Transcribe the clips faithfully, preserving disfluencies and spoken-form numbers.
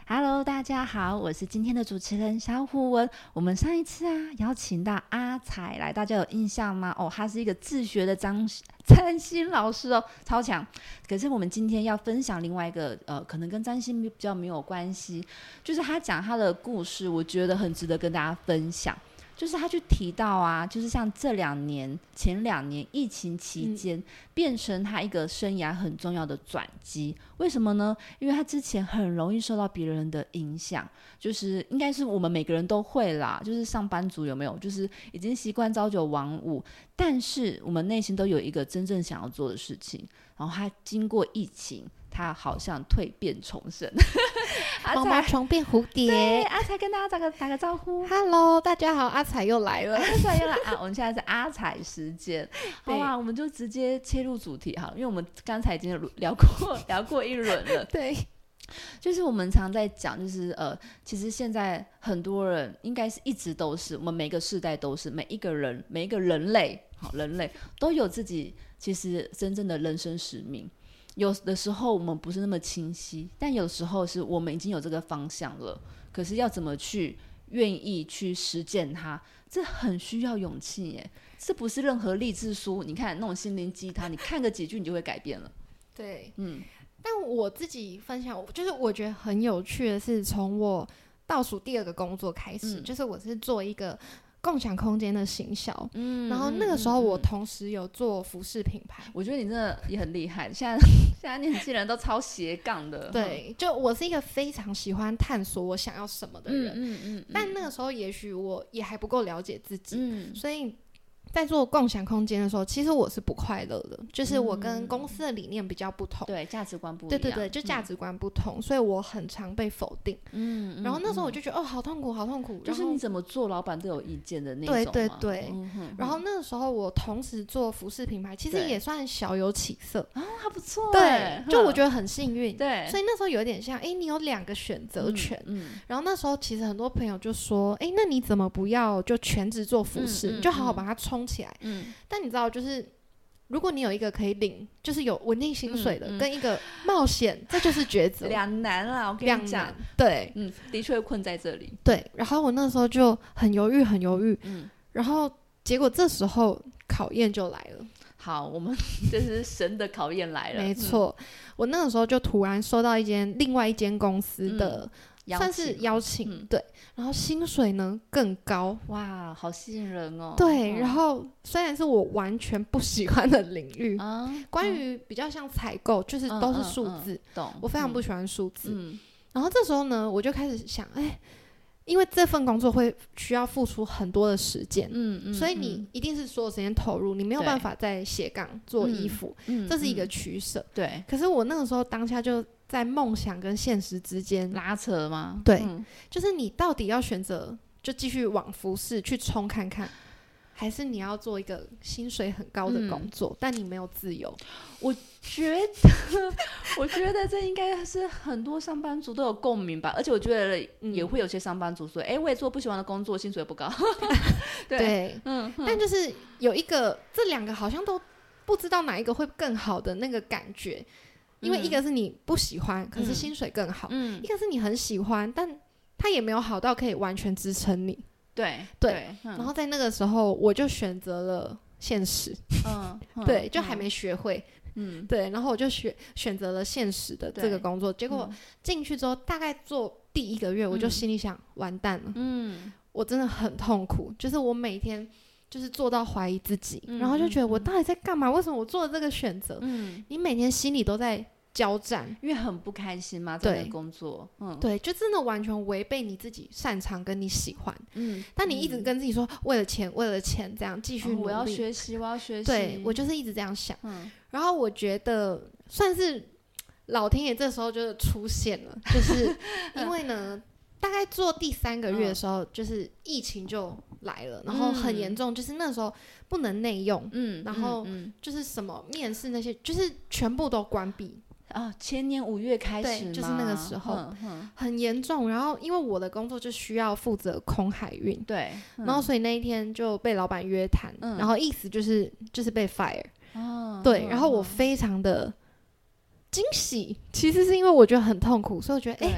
Hello， 大家好，我是今天的主持人小虎文。我们上一次啊邀请到阿彩来，大家有印象吗？哦，他是一个自学的占占星老师哦，超强。可是我们今天要分享另外一个呃，可能跟占星比较没有关系，就是他讲他的故事，我觉得很值得跟大家分享。就是他去提到啊，就是像这两年前两年疫情期间、嗯、变成他一个生涯很重要的转机。为什么呢？因为他之前很容易受到别人的影响，就是应该是我们每个人都会啦，就是上班族有没有，就是已经习惯朝九晚五，但是我们内心都有一个真正想要做的事情，然后他经过疫情他好像蜕变重生毛毛虫变蝴蝶。 对，阿彩跟大家打个打个招呼。 Hello， 大家好，阿彩又来了。 阿彩又来啊！我们现在是阿彩时间。好啦，我们就直接切入主题好了，因为我们刚才已经聊过聊过一轮了。 对， 就是我们常在讲，就是呃，其实现在很多人应该是一直都是，我们每个世代都是，每一个人每一个人类好人类都有自己其实真正的人生使命。有的时候我们不是那么清晰，但有时候是我们已经有这个方向了，可是要怎么去愿意去实践它，这很需要勇气耶。这不是任何励志书，你看那种心灵鸡汤，你看个几句你就会改变了。 对， 嗯。 但我自己分享，就是我觉得很有趣的是，从我倒数第二个工作开始、嗯、就是我是做一个共享空间的行销、嗯、然后那个时候我同时有做服饰品牌。 我觉得你真的也很厉害，现在现在年轻人都超斜杠的。 对，就我是一个非常喜欢探索我想要什么的人，嗯嗯嗯嗯，但那个时候也许我也还不够了解自己、嗯、所以在做共享空间的时候，其实我是不快乐的，就是我跟公司的理念比较不同、嗯、 对，价值观不一样。 对对对，就价值观不同、嗯、所以我很常被否定。嗯，然后那时候我就觉得、嗯、哦，好痛苦好痛苦， 就是你怎么做老板都有意见的那种。对对对、嗯、哼哼。然后那个时候我同时做服饰品牌，其实也算小有起色啊，还不错。 对，就我觉得很幸运。 对， 所以那时候有点像，哎，你有两个选择权、嗯嗯、然后那时候其实很多朋友就说，哎，那你怎么不要就全职做服饰、嗯嗯、你就好好把它冲起来。嗯，但你知道，就是如果你有一个可以领，就是有稳定薪水的，嗯嗯、跟一个冒险，这就是抉择， 两难啦。我跟你讲， 对， 嗯，的确困在这里。 对，然后我那时候就很犹豫，很犹豫，嗯，然后结果这时候考验就来了。 好，我们这是神的考验来了。 没错、嗯，我那个时候就突然收到一间另外一间公司的。嗯，算是邀请、嗯、对，然后薪水呢更高。 哇，好吸引人哦。 对、嗯、然后虽然是我完全不喜欢的领域、啊、关于比较像采购、嗯、就是都是数字、嗯嗯嗯、我非常不喜欢数字、嗯、然后这时候呢我就开始想，哎，因为这份工作会需要付出很多的时间、嗯嗯、所以你一定是所有时间投入，你没有办法在斜杠做衣服、嗯、这是一个取舍、嗯、 对。 可是我那个时候当下就在梦想跟现实之间拉扯吗？ 对、嗯，就是你到底要选择就继续往服饰去冲看看，还是你要做一个薪水很高的工作、嗯、但你没有自由。 我觉得我觉得这应该是很多上班族都有共鸣吧，而且我觉得也会有些上班族说，哎、嗯，我也做不喜欢的工作，薪水不高。对, 对嗯，但就是有一个这两个好像都不知道哪一个会更好的那个感觉，因为一个是你不喜欢、嗯、可是薪水更好、嗯、一个是你很喜欢但它也没有好到可以完全支撑你。 对对, 对、嗯、 然后在那个时候我就选择了现实。嗯, 嗯对，就还没学会。嗯，对，然后我就选选择了现实的这个工作，结果进去之后大概做第一个月我就心里想、嗯、完蛋了。嗯，我真的很痛苦，就是我每天就是做到怀疑自己、嗯、然后就觉得我到底在干嘛、嗯、为什么我做了这个选择。嗯，你每天心里都在交战， 因为很不开心嘛，这个工作。嗯， 对，就真的完全违背你自己擅长跟你喜欢。嗯，但你一直跟自己说、嗯、为了钱为了钱这样继续努力、哦、 我要学习我要学习。 对，我就是一直这样想。嗯，然后我觉得算是老天爷这时候就出现了，就是因为呢大概做第三个月的时候、嗯、就是疫情就来了，然后很严重、嗯、就是那时候不能内用。嗯，然后就是什么面试那些就是全部都关闭。 啊，前年五月开始吗？ 对，就是那个时候，嗯嗯、很严重。然后因为我的工作就需要负责空海运， 对、嗯， 然后所以那一天就被老板约谈、嗯，然后意思就是就是被 fire。哦，对，然后我非常的惊喜，其实是因为我觉得很痛苦，所以我觉得哎。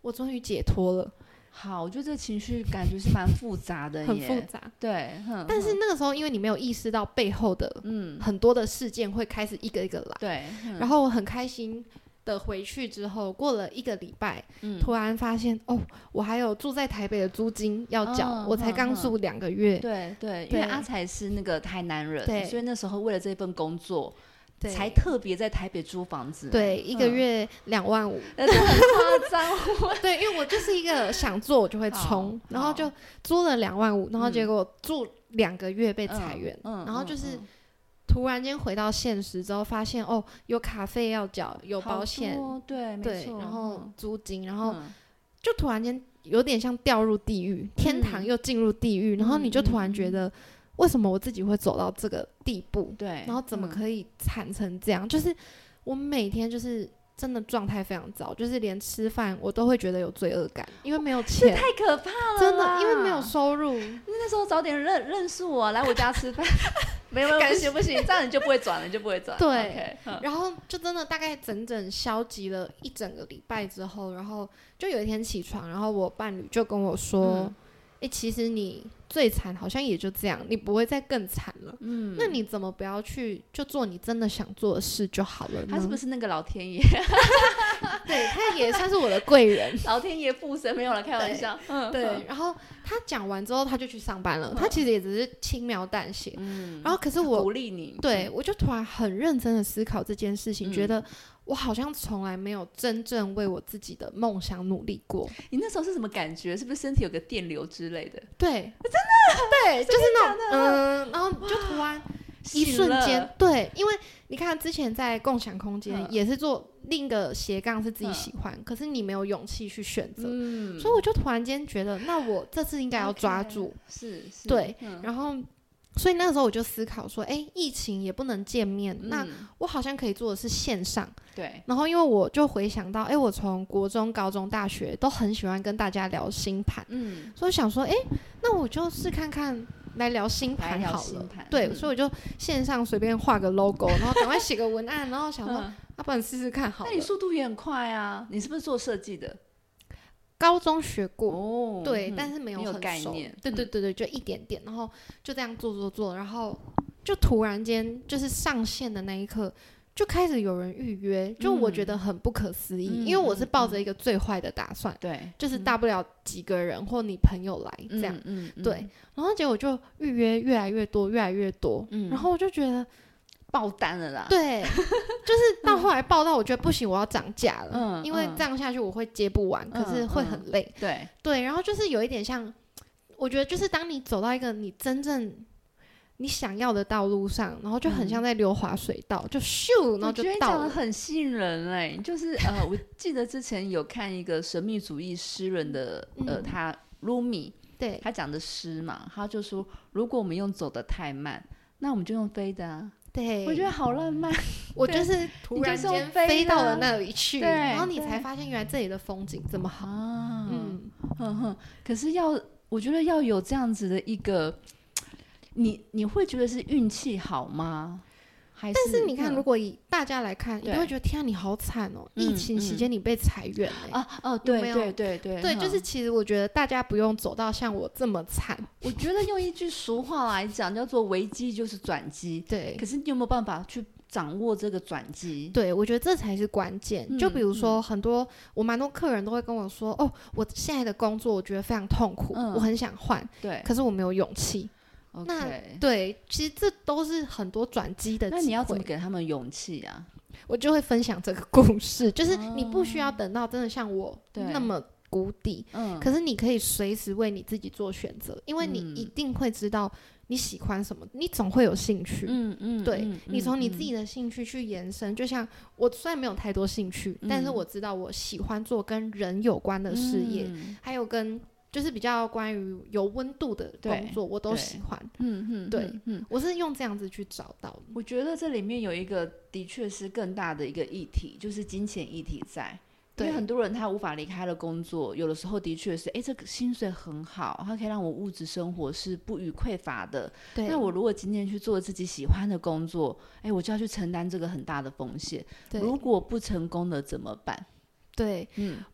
我终于解脱了。 好，我觉得这个情绪感觉是蛮复杂的耶， 很复杂， 对。 但是那个时候，因为你没有意识到背后的嗯很多的事件会开始一个一个来， 对。 然后我很开心的回去之后，过了一个礼拜，嗯、突然发现哦，我还有住在台北的租金要缴，哦、我才刚住两个月。 对对，因为阿才是那个台南人， 对， 所以那时候为了这份工作。才特别在台北租房子， 对，一个月两万五， 很夸张。 对，因为我就是一个想做我就会冲，然后就租了两万五，然后结果住两个月被裁员，嗯嗯、然后就是突然间回到现实之后，发现哦，有卡费要缴，有保险， 对对，然后租金，然后就突然间有点像掉入地狱，天堂又进入地狱，嗯、然后你就突然觉得。为什么我自己会走到这个地步？ 对， 然后怎么可以惨成这样？嗯、就是我每天就是真的状态非常糟，就是连吃饭我都会觉得有罪恶感，因为没有钱， 这太可怕了， 真的，因为没有收入。 那时候早点认认识我，来我家吃饭，没有，不行不行，这样你就不会转了，你就不会转。 对， okay, 然后就真的大概整整消极了一整个礼拜之后，然后就有一天起床，然后我伴侣就跟我说。嗯欸、其实你最惨好像也就这样，你不会再更惨了。嗯，那你怎么不要去就做你真的想做的事就好了呢？ 他是不是那个老天爷？ 对，他也算是我的贵人。 老天爷父神，没有了，开玩笑。 对，对，然后他讲完之后，他就去上班了。嗯、他其实也只是轻描淡写。嗯，然后可是我鼓励你， 对我就突然很认真的思考这件事情，嗯、觉得。我好像从来没有真正为我自己的梦想努力过。 你那时候是什么感觉？是不是身体有个电流之类的？ 对， 真的， 对，就是那种嗯，然后就突然一瞬间，对，因为你看之前在共享空间也是做另一个斜杠是自己喜欢，可是你没有勇气去选择，嗯，所以我就突然间觉得，那我这次应该要抓住， okay, 是, 是， 对，嗯、然后。所以那个时候我就思考说，哎，疫情也不能见面，嗯、那我好像可以做的是线上。 对。 然后因为我就回想到，哎，我从国中、高中、大学都很喜欢跟大家聊星盘，嗯，所以想说，哎，那我就试看看来聊星盘好了。对，嗯、所以我就线上随便画个 logo， 然后赶快写个文案，然后想说，要、嗯啊、不然试试看好了。 那你速度也很快啊！你是不是做设计的？ 高中学过， 哦、 对、 嗯， 但是没有很熟， 概念。 对对对对，就一点点，然后就这样做做做，然后就突然间就是上线的那一刻，就开始有人预约，就我觉得很不可思议，嗯、因为我是抱着一个最坏的打算，对、嗯，就是大不了几个人或你朋友来这样，嗯嗯、对，然后结果就预约越来越多，越来越多，嗯、然后我就觉得。 爆单了啦， 对，就是到后来爆到我觉得不行，我要涨价了，嗯，因为这样下去我会接不完，嗯、可是会很累， 嗯、对对，然后就是有一点像，我觉得就是当你走到一个你真正你想要的道路上，然后就很像在溜滑水道，嗯、就咻，然后就到了。我觉得讲得很吸引人哎、欸，就是呃，我记得之前有看一个神秘主义诗人的呃，他 Rumi， 对，他讲的诗嘛，他就说，如果我们用走得太慢，那我们就用飞的啊。对，我觉得好浪漫。 我就是突然间飞到了那里去，然后你才发现原来这里的风景这么好。啊、 嗯哼哼，可是要我觉得要有这样子的一个，你你会觉得是运气好吗？还是但是你看，如果以大家来看，你会觉得天啊，你好惨哦！嗯、疫情期间你被裁员哎、欸、 啊哦，对对对对对，就是其实我觉得大家不用走到像我这么惨。 我觉得用一句俗话来讲，叫做危机就是转机。对，可是你有没有办法去掌握这个转机？ 对，我觉得这才是关键。嗯、就比如说，很多、嗯、我蛮多客人都会跟我说，哦，我现在的工作我觉得非常痛苦，嗯、我很想换，对，可是我没有勇气。 Okay. 那对，其实这都是很多转机的机会。 那你要怎么给他们勇气啊？ 我就会分享这个故事，就是你不需要等到真的像我那么谷底，嗯，可是你可以随时为你自己做选择，因为你一定会知道你喜欢什么，你总会有兴趣，嗯嗯，对，嗯、你从你自己的兴趣去延伸，嗯、就像我虽然没有太多兴趣，嗯、但是我知道我喜欢做跟人有关的事业，嗯、还有跟。就是比较关于有温度的工作，我都喜欢。嗯嗯，对，嗯，我是用这样子去找到的。 我觉得这里面有一个的确是更大的一个议题，就是金钱议题在。因为很多人他无法离开了工作，有的时候的确是，哎，这个薪水很好，它可以让我物质生活是不予匮乏的。对。那我如果今天去做自己喜欢的工作，哎，我就要去承担这个很大的风险。如果不成功了怎么办？ 对，嗯，我。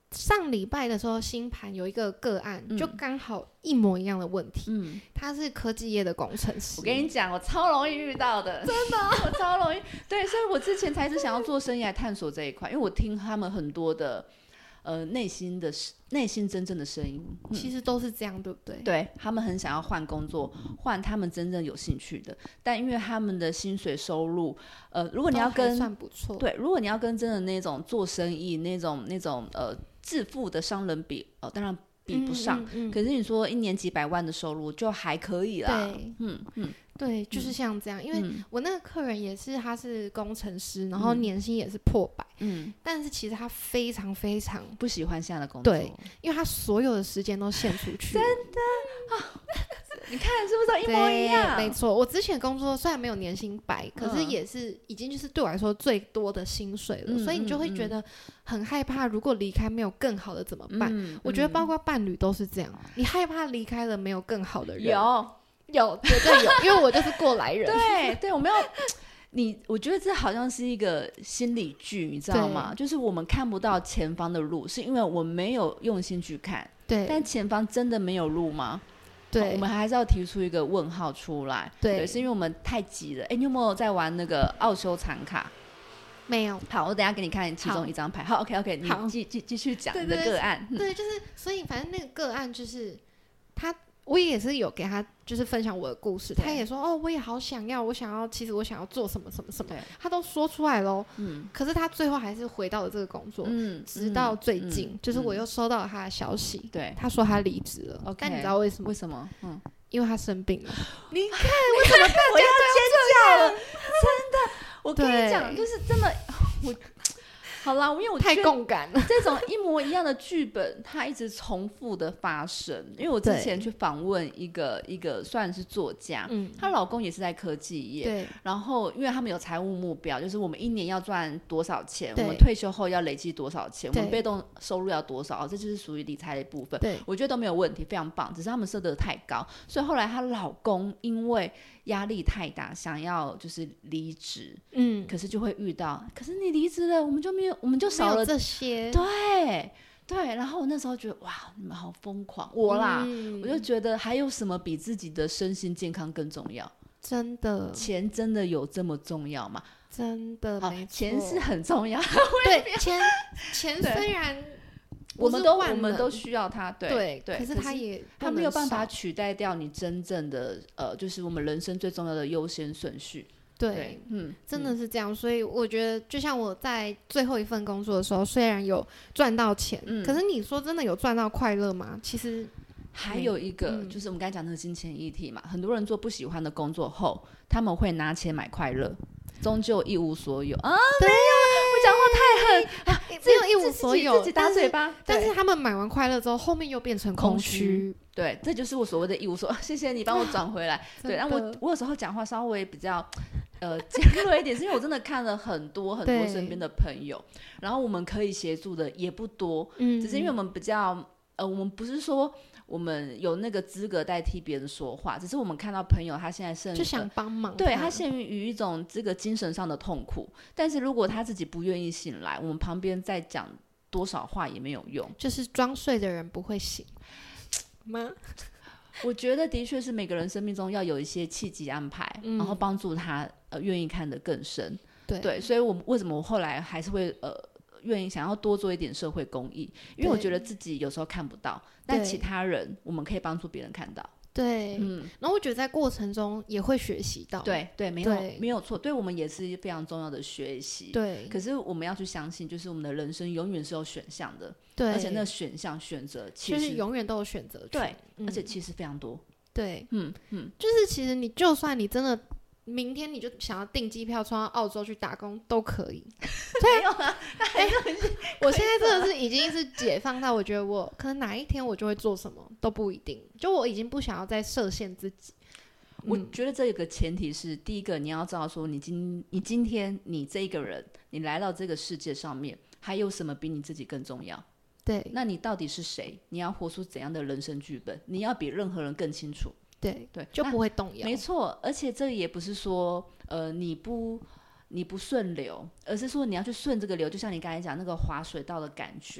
上礼拜的时候星盘有一个个案、嗯、就刚好一模一样的问题、嗯、他是科技业的工程师。 我跟你讲我超容易遇到的真的我超容易对，所以我之前才是想要做生意来探索这一块，因为我听他们很多的呃内心的内心真正的声音、 嗯、其实都是这样对不对？ 对，他们很想要换工作，换他们真正有兴趣的，但因为他们的薪水收入呃如果你要跟算不错， 对，如果你要跟真的那种做生意那种那种呃致富的商人比哦，当然比不上、嗯嗯嗯、可是你说一年几百万的收入就还可以啦。 对，嗯嗯，对，就是像这样、嗯、因为我那个客人也是他是工程师，然后年薪也是破百，嗯，但是其实他非常非常不喜欢现在的工作， 对，因为他所有的时间都献出去真的、啊你看是不是一模一样？ 没错，我之前工作虽然没有年薪百、嗯，可是也是已经就是对我来说最多的薪水了、嗯、所以你就会觉得很害怕，如果离开没有更好的怎么办、嗯、我觉得包括伴侣都是这样、嗯、你害怕离开了没有更好的人， 有有绝对有因为我就是过来人对对，我们要你我觉得这好像是一个心理剧，你知道吗？就是我们看不到前方的路，是因为我们没有用心去看，对，但前方真的没有路吗？对，我们还是要提出一个问号出来。 对, 对，是因为我们太急了。哎，你有没有在玩那个奥修残卡？ 没有。 好，我等一下给你看其中一张牌。好, 好 OK OK， 你继继继续讲你的个案。 对, 对, 对，就是所以反正那个个案就是他，我也是有给他就是分享我的故事，他也说哦，我也好想要，我想要，其实我想要做什么什么什么，他都说出来咯。嗯，可是他最后还是回到了这个工作。嗯，直到最近、嗯、就是我又收到了他的消息，对、嗯，他说他离职了。但你知道为什么？ 为什么？嗯， 因为他生病了。 你看为什么大家我要尖叫了？真的，我跟你讲，就是真的，我。好啦，因为我太共感了， 这种一模一样的剧本它一直重复的发生。因为我之前去访问一个一个算是作家，嗯，她老公也是在科技业，对，然后因为他们有财务目标，就是我们一年要赚多少钱，我们退休后要累积多少钱，我们被动收入要多少，这就是属于理财的一部分，对，我觉得都没有问题，非常棒，只是他们设得太高，所以后来她老公因为压力太大想要就是离职，嗯，可是就会遇到，可是你离职了我们就没有，我们就少了这些， 对对，然后我那时候觉得哇你们好疯狂，我啦、嗯、我就觉得还有什么比自己的身心健康更重要？ 真的， 钱真的有这么重要吗？ 真的没错， 钱是很重要对，钱钱虽然我们都我们都需要它，对对, 对，可是它也它没有办法取代掉你真正的呃，就是我们人生最重要的优先顺序。 对, 对，嗯，真的是这样、嗯。所以我觉得，就像我在最后一份工作的时候，虽然有赚到钱、嗯，可是你说真的有赚到快乐吗？其实还有一个、嗯、就是我们刚才讲那个金钱议题嘛，很多人做不喜欢的工作后，他们会拿钱买快乐，终究一无所有啊！没有，我讲话太狠、啊， 只有一无所有， 自己打嘴巴。 但是，但是他们买完快乐之后，后面又变成空虚。 对，这就是我所谓的一无所有。谢谢你帮我转回来。对，然后我我有时候讲话稍微比较呃尖锐一点，是因为我真的看了很多很多身边的朋友，然后我们可以协助的也不多，嗯，只是因为我们比较呃，我们不是说我们有那个资格代替别人说话，只是我们看到朋友他现在甚至就想帮忙， 对，他陷于一种这个精神上的痛苦，但是如果他自己不愿意醒来，我们旁边再讲多少话也没有用， 就是装睡的人不会醒吗？ 我觉得的确是每个人生命中要有一些契机安排、嗯、然后帮助他呃愿意看得更深， 对, 对，所以我为什么我后来还是会呃愿意想要多做一点社会公益，因为我觉得自己有时候看不到，但其他人我们可以帮助别人看到，对，嗯， 然后我觉得在过程中也会学习到， 对对，没有没有错，对我们也是非常重要的学习，对，可是我们要去相信，就是我们的人生永远是有选项的，对，而且那个选项选择其实就是永远都有选择权， 对、嗯，而且其实非常多， 对，嗯嗯，就是其实你就算你真的明天你就想要订机票冲到澳洲去打工都可以没有啊、欸、 我现在真的是已经是解放到我觉得我可能哪一天我就会做什么都不一定，就我已经不想要再设限自己。 我觉得这有个前提是、嗯、第一个你要知道说你今你今天你这一个人你来到这个世界上面还有什么比你自己更重要，对，那你到底是谁，你要活出怎样的人生剧本，你要比任何人更清楚， 对对，就不会动摇， 没错，而且这也不是说呃你不你不顺流，而是说你要去顺这个流，就像你刚才讲那个滑水道的感觉，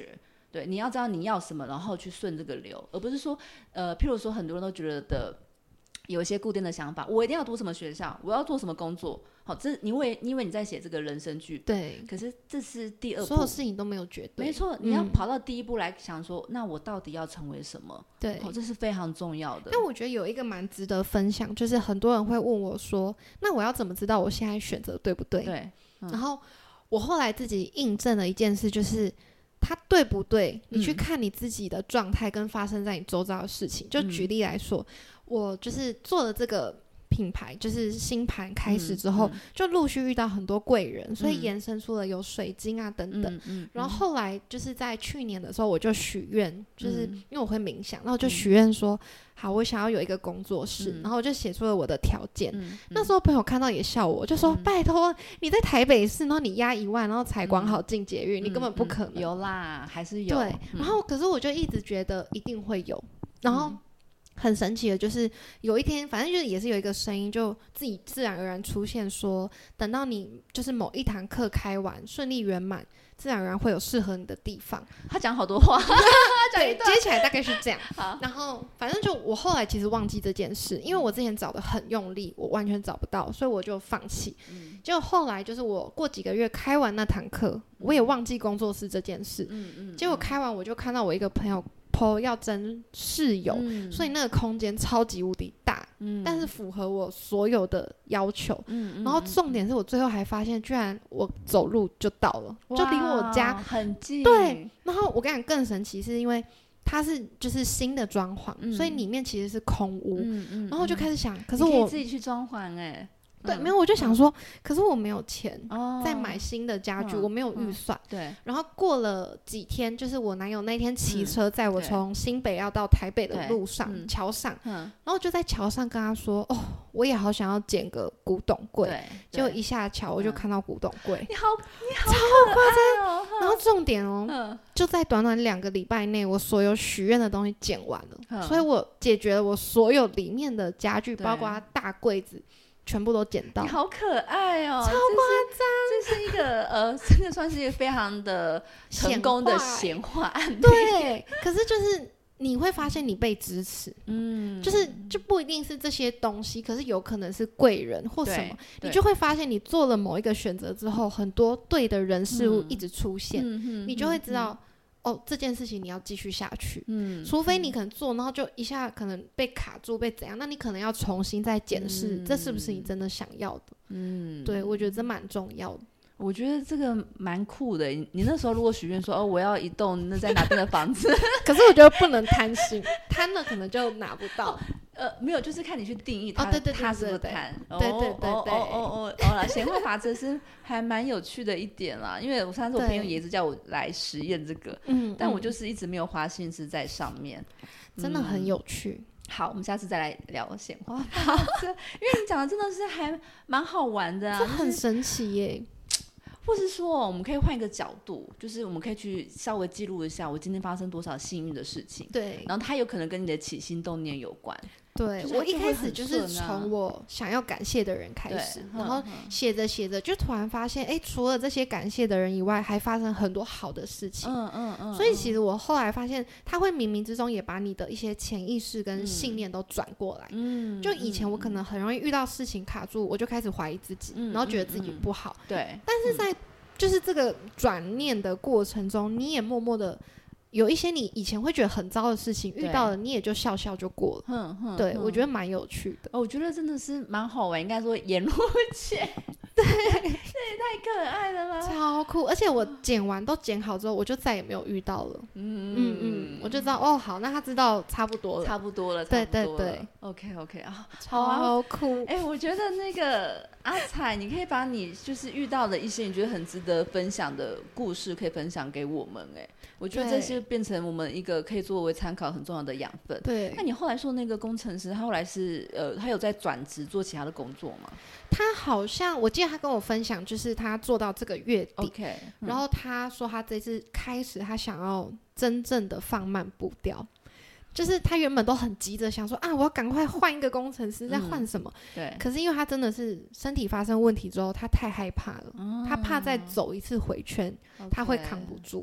对，你要知道你要什么，然后去顺这个流，而不是说，呃，譬如说很多人都觉得的有一些固定的想法，我一定要读什么学校，我要做什么工作，好，这你以为你以为你在写这个人生剧， 对， 可是这是第二步， 所有事情都没有绝对， 没错，你要跑到第一步来想说，嗯、那我到底要成为什么？ 对， 哦，这是非常重要的。 但我觉得有一个蛮值得分享，就是很多人会问我说，那我要怎么知道我现在选择对不对？ 对， 嗯、然后我后来自己印证了一件事，就是它对不对？你去看你自己的状态跟发生在你周遭的事情。嗯、就举例来说，我就是做了这个品牌，就是星盘开始之后，嗯嗯、就陆续遇到很多贵人，所以延伸出了有水晶啊等等。嗯嗯嗯、然后后来就是在去年的时候，我就许愿，就是因为我会冥想，然后就许愿说，嗯、好，我想要有一个工作室，嗯、然后我就写出了我的条件。嗯嗯、那时候朋友看到也笑我，就说：“嗯、拜托，你在台北市，然后你压一万，然后才管好进捷运，嗯、你根本不可能。嗯” 有啦，还是有。 对，然后可是我就一直觉得一定会有，然后。嗯很神奇的就是有一天反正就是也是有一个声音就自己自然而然出现说，等到你就是某一堂课开完顺利圆满，自然而然会有适合你的地方。 他讲好多话对，接起来大概是这样然后反正就我后来其实忘记这件事，因为我之前找的很用力，我完全找不到，所以我就放弃。嗯、结果后来就是我过几个月开完那堂课，我也忘记工作室这件事。嗯嗯、结果开完我就看到我一个朋友要争室友、嗯、所以那个空间超级无敌大、嗯、但是符合我所有的要求、嗯、然后重点是我最后还发现居然我走路就到了，就离我家很近。 对，然后我跟你讲更神奇是因为它是就是新的装潢、嗯、所以里面其实是空屋、嗯嗯、然后我就开始想、嗯、可是我你可以自己去装潢耶。 对、嗯，没有，我就想说、嗯、可是我没有钱、哦、再买新的家具、嗯、我没有预算、嗯、 对。 然后过了几天，就是我男友那天骑车载我从新北要到台北的路上、嗯、桥上、嗯、然后就在桥上跟他说哦，我也好想要捡个古董柜，结果一下桥我就看到古董柜、嗯、 你好你好超夸张、哦、然后重点哦、嗯、就在短短两个礼拜内我所有许愿的东西捡完了、嗯、所以我解决了我所有里面的家具，包括大柜子全部都捡到。 你好可爱哦， 超夸张！ 这是一个呃，真的算是一个非常的成功的显化案例。 对，可是就是你会发现你被支持，嗯，就是就不一定是这些东西，可是有可能是贵人或什么，你就会发现你做了某一个选择之后，很多对的人事物一直出现，嗯、你就会知道。嗯哦，这件事情你要继续下去，嗯，除非你可能做，然后就一下可能被卡住，被怎样，那你可能要重新再检视，嗯、这是不是你真的想要的？嗯，对，我觉得这蛮重要的。 我觉得这个蛮酷的。你那时候如果许愿说哦，我要一栋那在哪边的房子， 可是我觉得不能贪心，贪了可能就拿不到。 呃，没有，就是看你去定义它， 哦、对对对对对它是不是贪？ 对对对对， 哦哦哦哦啦，显化法则是还蛮有趣的一点啦。因为我上次我朋友也一直叫我来实验这个，嗯，但我就是一直没有花心思在上面， 嗯、真的很有趣。 好，我们下次再来聊显化法则，因为你讲的真的是还蛮好玩的啊， 这很神奇耶。 或是说我们可以换一个角度，就是我们可以去稍微记录一下我今天发生多少幸运的事情， 对， 然后它有可能跟你的起心动念有关。 对，我一开始就是从我想要感谢的人开始，然后写着写着就突然发现，哎，除了这些感谢的人以外，还发生很多好的事情。嗯嗯嗯。所以其实我后来发现，他会冥冥之中也把你的一些潜意识跟信念都转过来。嗯。就以前我可能很容易遇到事情卡住，我就开始怀疑自己，然后觉得自己不好。 对。 但是在就是这个转念的过程中，你也默默的。有一些你以前会觉得很糟的事情遇到了你也就笑笑就过了。哼哼对哼我觉得蛮有趣的、 哦、我觉得真的是蛮好玩，应该说沿路见对这也太可爱了啦， 超酷。而且我剪完都剪好之后我就再也没有遇到了。嗯嗯嗯，我就知道哦好，那他知道差不多了差不多了对对对 OK OK 啊， 超酷。 哎、欸，我觉得那个阿采你可以把你就是遇到的一些你觉得很值得分享的故事可以分享给我们。哎、欸，我觉得这些变成我们一个可以作为参考很重要的养分。 对， 那你后来说那个工程师他后来是呃他有在转职做其他的工作吗？ 他好像我记得他跟我分享就是他做到这个月底 OK、嗯、 然后他说他这次开始他想要真正的放慢步调，就是他原本都很急着想说啊我要赶快换一个工程师再换什么、嗯、 对， 可是因为他真的是身体发生问题之后他太害怕了、哦、他怕再走一次回圈、okay, 他会扛不住。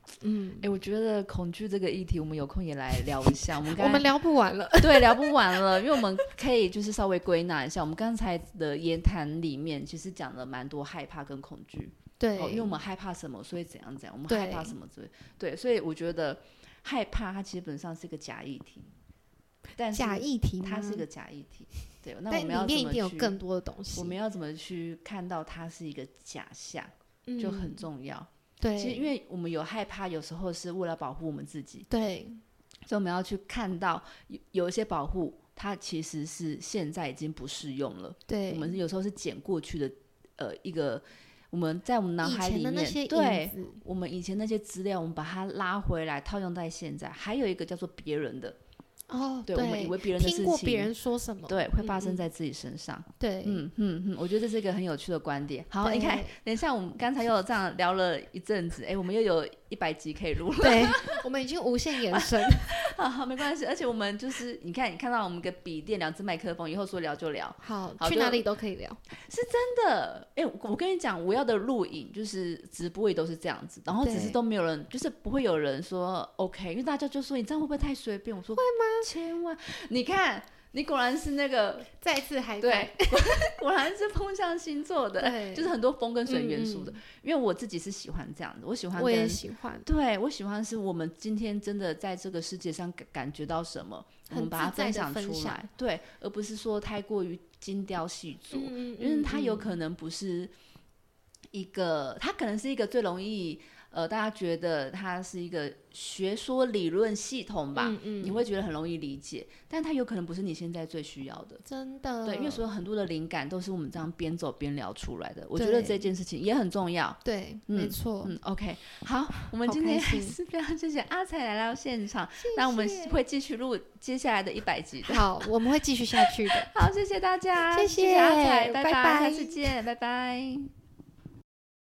嗯，哎、欸，我觉得恐惧这个议题，我们有空也来聊一下。我们我们聊不完了， 对，聊不完了，因为我们可以就是稍微归纳一下，我们刚才的言谈里面其实讲了蛮多害怕跟恐惧。 对、 哦，因为我们害怕什么，所以怎样怎样，我们害怕什么，所以对，所以我觉得害怕它基本上是个假议题，但是假议题它是个假议题。对，那我们要但里面一定有更多的东西， 我们要怎么去看到它是一个假象，嗯、就很重要。 对， 其实因为我们有害怕，有时候是为了保护我们自己。 对， 所以我们要去看到有有一些保护，它其实是现在已经不适用了。 对， 我们有时候是捡过去的，呃，一个我们在我们脑海里面， 以前的那些对，我们以前那些资料，我们把它拉回来套用在现在。还有一个叫做别人的。 哦， 对，我们以为别人的事情， 听过别人说什么， 对，会发生在自己身上。 嗯、对， 嗯嗯嗯，我觉得这是一个很有趣的观点。好，你看，等一下我们刚才又这样聊了一阵子，哎，我们又有一百集可以录了。 对，我们已经无限延伸。 好好，没关系。而且我们就是，你看，你看到我们个笔电、两只麦克风，以后说聊就聊。 好，好去哪里都可以聊。 是真的，哎，我跟你讲，我要的录影就是直播也都是这样子，然后只是都没有人，就是不会有人说 OK， 因为大家就说你这样会不会太随便？我说会吗？ 千万。你看，你果然是那个再次还对，果然是风象星座的，就是很多风跟水元素的。嗯嗯，因为我自己是喜欢这样的，我喜欢跟， 我也喜欢， 对我喜欢是我们今天真的在这个世界上感感觉到什么，我们把它分享出来，对，而不是说太过于精雕细琢，嗯嗯嗯，因为它有可能不是一个，它可能是一个最容易。呃，大家觉得它是一个学说理论系统吧，嗯嗯，你会觉得很容易理解，但它有可能不是你现在最需要的， 真的。 对，因为所有很多的灵感都是我们这样边走边聊出来的，我觉得这件事情也很重要。 对， 嗯、 没错。 嗯 ，OK， 好，我们今天还是非常谢谢阿才来到现场，那我们会继续录接下来的一百集的。 好，我们会继续下去的。 好，谢谢大家， 谢谢谢阿才，拜拜拜， 下次见，拜拜。